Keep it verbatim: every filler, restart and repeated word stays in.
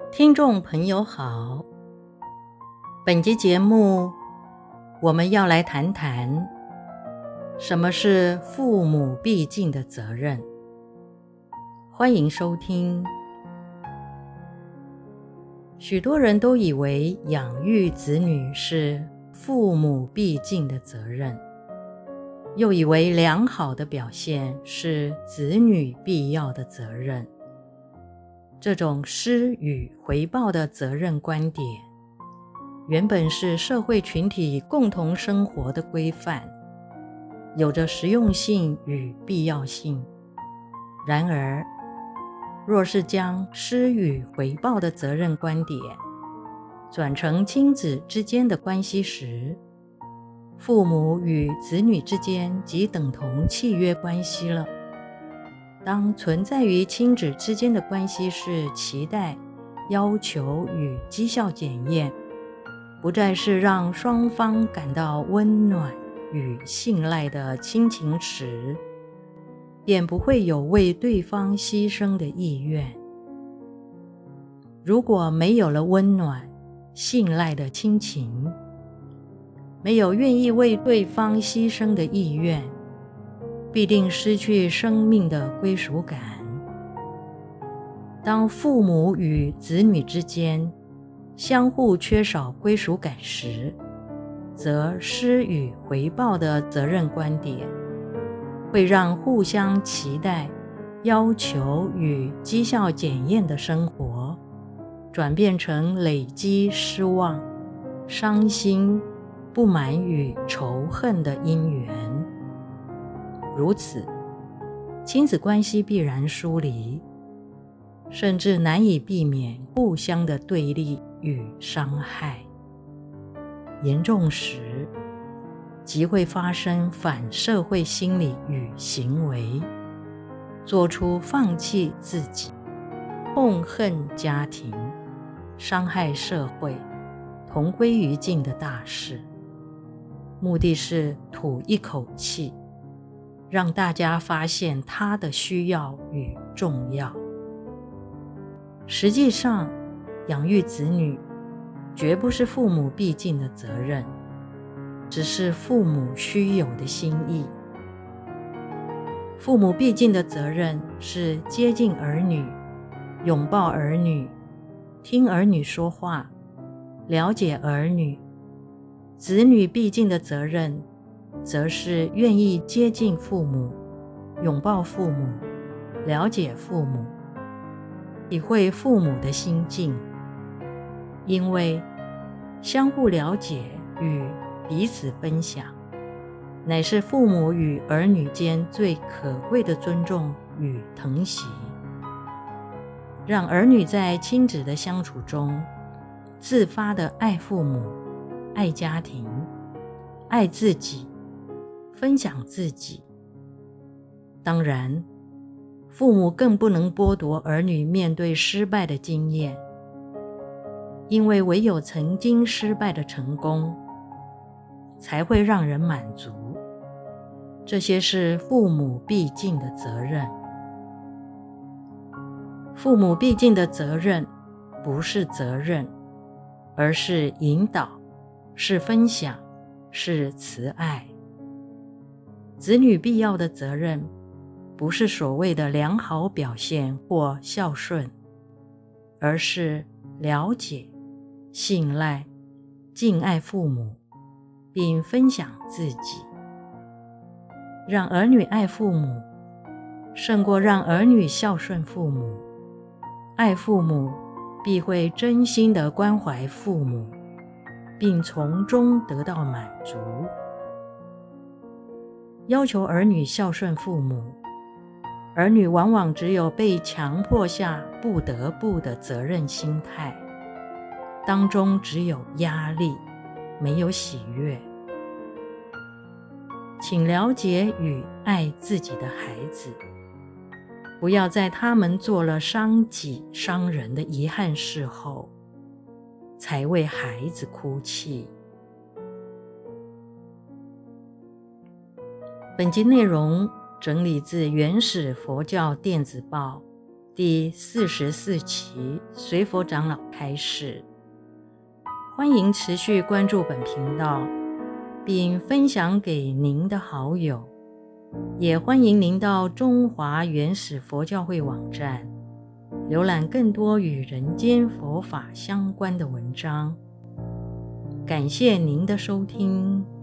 听众朋友好，本集节目我们要来谈谈什么是父母必尽的责任。欢迎收听。许多人都以为养育子女是父母必尽的责任，又以为良好的表现是子女必要的责任。这种施与回报的责任观点，原本是社会群体共同生活的规范，有着实用性与必要性。然而，若是将施与回报的责任观点转成亲子之间的关系时，父母与子女之间即等同契约关系了。当存在于亲子之间的关系是期待、要求与绩效检验，不再是让双方感到温暖与信赖的亲情时，便不会有为对方牺牲的意愿。如果没有了温暖、信赖的亲情，没有愿意为对方牺牲的意愿，必定失去生命的归属感。当父母与子女之间相互缺少归属感时，则施与回报的责任观点会让互相期待、要求与绩效检验的生活转变成累积失望、伤心、不满与仇恨的因缘。如此，亲子关系必然疏离，甚至难以避免互相的对立与伤害。严重时，即会发生反社会心理与行为，做出放弃自己、痛恨家庭、伤害社会、同归于尽的大事，目的是吐一口气，让大家发现他的需要与重要。实际上，养育子女绝不是父母必尽的责任，只是父母须有的心意。父母必尽的责任是接近儿女，拥抱儿女，听儿女说话，了解儿女。子女必尽的责任则是愿意接近父母，拥抱父母，了解父母，体会父母的心境。因为相互了解与彼此分享，乃是父母与儿女间最可贵的尊重与疼惜。让儿女在亲子的相处中，自发地爱父母、爱家庭、爱自己，分享自己。当然，父母更不能剥夺儿女面对失败的经验，因为唯有曾经失败的成功，才会让人满足。这些是父母必尽的责任。父母必尽的责任不是责任，而是引导，是分享，是慈爱。子女必要的责任不是所谓的良好表现或孝顺，而是了解、信赖、敬爱父母，并分享自己。让儿女爱父母，胜过让儿女孝顺父母。爱父母，必会真心地关怀父母，并从中得到满足。要求儿女孝顺父母，儿女往往只有被强迫下不得不的责任心态，当中只有压力，没有喜悦。请了解与爱自己的孩子，不要在他们做了伤己伤人的遗憾事后，才为孩子哭泣。本集内容整理自原始佛教电子报第四十四期随佛长老开示。欢迎持续关注本频道，并分享给您的好友，也欢迎您到中华原始佛教会网站浏览更多与人间佛法相关的文章。感谢您的收听。